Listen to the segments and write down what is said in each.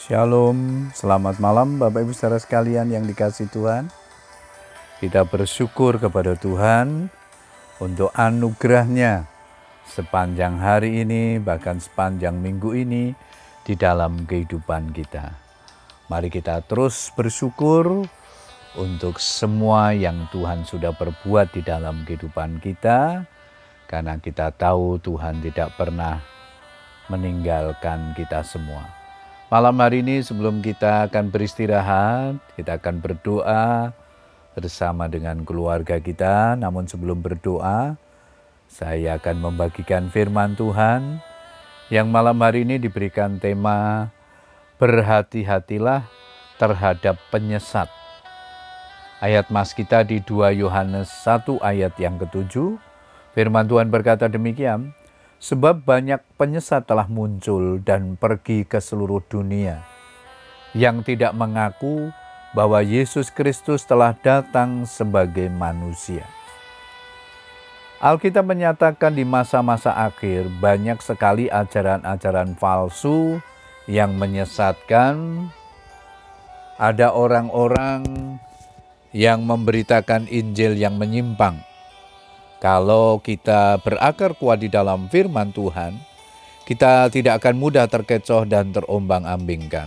Shalom, selamat malam Bapak Ibu saudara sekalian yang dikasihi Tuhan. Kita bersyukur kepada Tuhan untuk anugerah-Nya sepanjang hari ini, bahkan sepanjang minggu ini di dalam kehidupan kita. Mari kita terus bersyukur untuk semua yang Tuhan sudah berbuat di dalam kehidupan kita, karena kita tahu Tuhan tidak pernah meninggalkan kita semua. Malam hari ini sebelum kita akan beristirahat, kita akan berdoa bersama dengan keluarga kita. Namun sebelum berdoa, saya akan membagikan firman Tuhan yang malam hari ini diberikan tema berhati-hatilah terhadap penyesat. Ayat mas kita di 2 Yohanes 1 ayat yang ke-7. Firman Tuhan berkata demikian, sebab banyak penyesat telah muncul dan pergi ke seluruh dunia, yang tidak mengaku bahwa Yesus Kristus telah datang sebagai manusia. Alkitab menyatakan di masa-masa akhir banyak sekali ajaran-ajaran palsu yang menyesatkan. Ada orang-orang yang memberitakan Injil yang menyimpang. Kalau kita berakar kuat di dalam firman Tuhan, kita tidak akan mudah terkecoh dan terombang-ambingkan.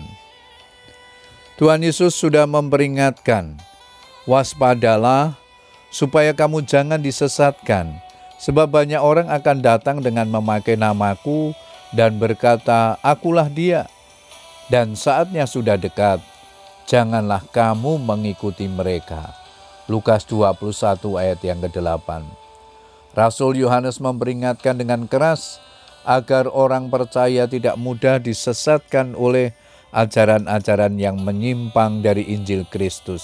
Tuhan Yesus sudah memperingatkan, waspadalah supaya kamu jangan disesatkan, sebab banyak orang akan datang dengan memakai namaku dan berkata, akulah dia. Dan saatnya sudah dekat, janganlah kamu mengikuti mereka. Lukas 21 ayat yang ke-8. Rasul Yohanes memperingatkan dengan keras agar orang percaya tidak mudah disesatkan oleh ajaran-ajaran yang menyimpang dari Injil Kristus.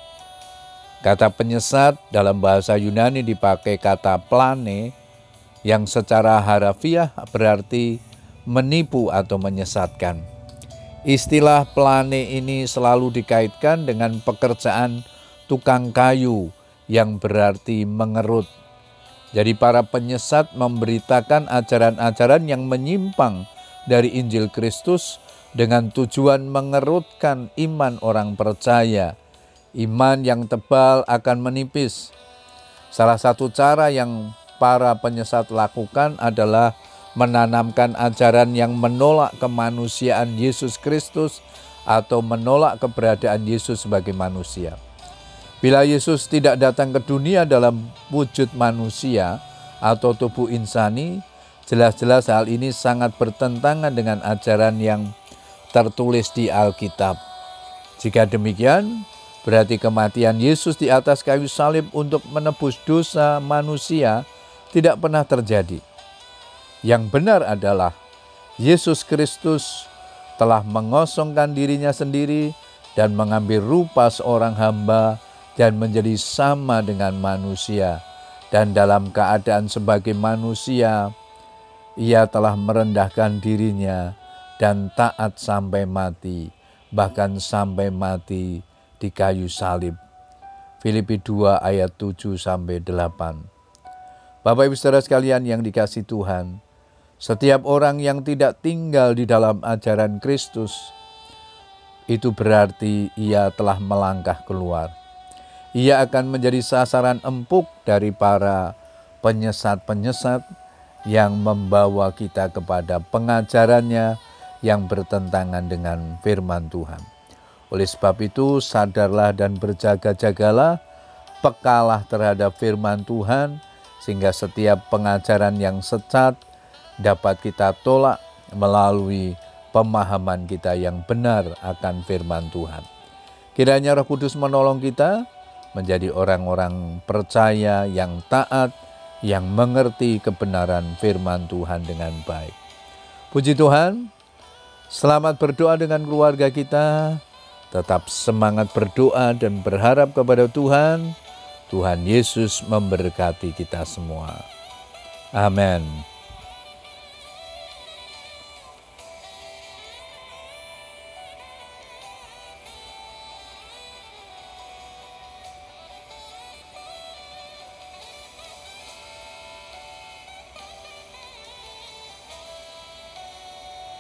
Kata penyesat dalam bahasa Yunani dipakai kata plane yang secara harafiah berarti menipu atau menyesatkan. Istilah plane ini selalu dikaitkan dengan pekerjaan tukang kayu yang berarti mengerut. Jadi para penyesat memberitakan ajaran-ajaran yang menyimpang dari Injil Kristus dengan tujuan mengerutkan iman orang percaya. Iman yang tebal akan menipis. Salah satu cara yang para penyesat lakukan adalah menanamkan ajaran yang menolak kemanusiaan Yesus Kristus atau menolak keberadaan Yesus sebagai manusia. Bila Yesus tidak datang ke dunia dalam wujud manusia atau tubuh insani, jelas-jelas hal ini sangat bertentangan dengan ajaran yang tertulis di Alkitab. Jika demikian, berarti kematian Yesus di atas kayu salib untuk menebus dosa manusia tidak pernah terjadi. Yang benar adalah Yesus Kristus telah mengosongkan dirinya sendiri dan mengambil rupa seorang hamba dan menjadi sama dengan manusia. Dan dalam keadaan sebagai manusia, ia telah merendahkan dirinya dan taat sampai mati, bahkan sampai mati di kayu salib. Filipi 2 ayat 7-8. Bapak Ibu saudara sekalian yang dikasihi Tuhan, setiap orang yang tidak tinggal di dalam ajaran Kristus, itu berarti ia telah melangkah keluar. Ia akan menjadi sasaran empuk dari para penyesat-penyesat yang membawa kita kepada pengajarannya yang bertentangan dengan firman Tuhan. Oleh sebab itu, sadarlah dan berjaga-jagalah, pekalah terhadap firman Tuhan, sehingga setiap pengajaran yang sesat dapat kita tolak melalui pemahaman kita yang benar akan firman Tuhan. Kiranya Roh Kudus menolong kita menjadi orang-orang percaya yang taat, yang mengerti kebenaran firman Tuhan dengan baik. Puji Tuhan, selamat berdoa dengan keluarga kita. Tetap semangat berdoa dan berharap kepada Tuhan. Tuhan Yesus memberkati kita semua. Amin.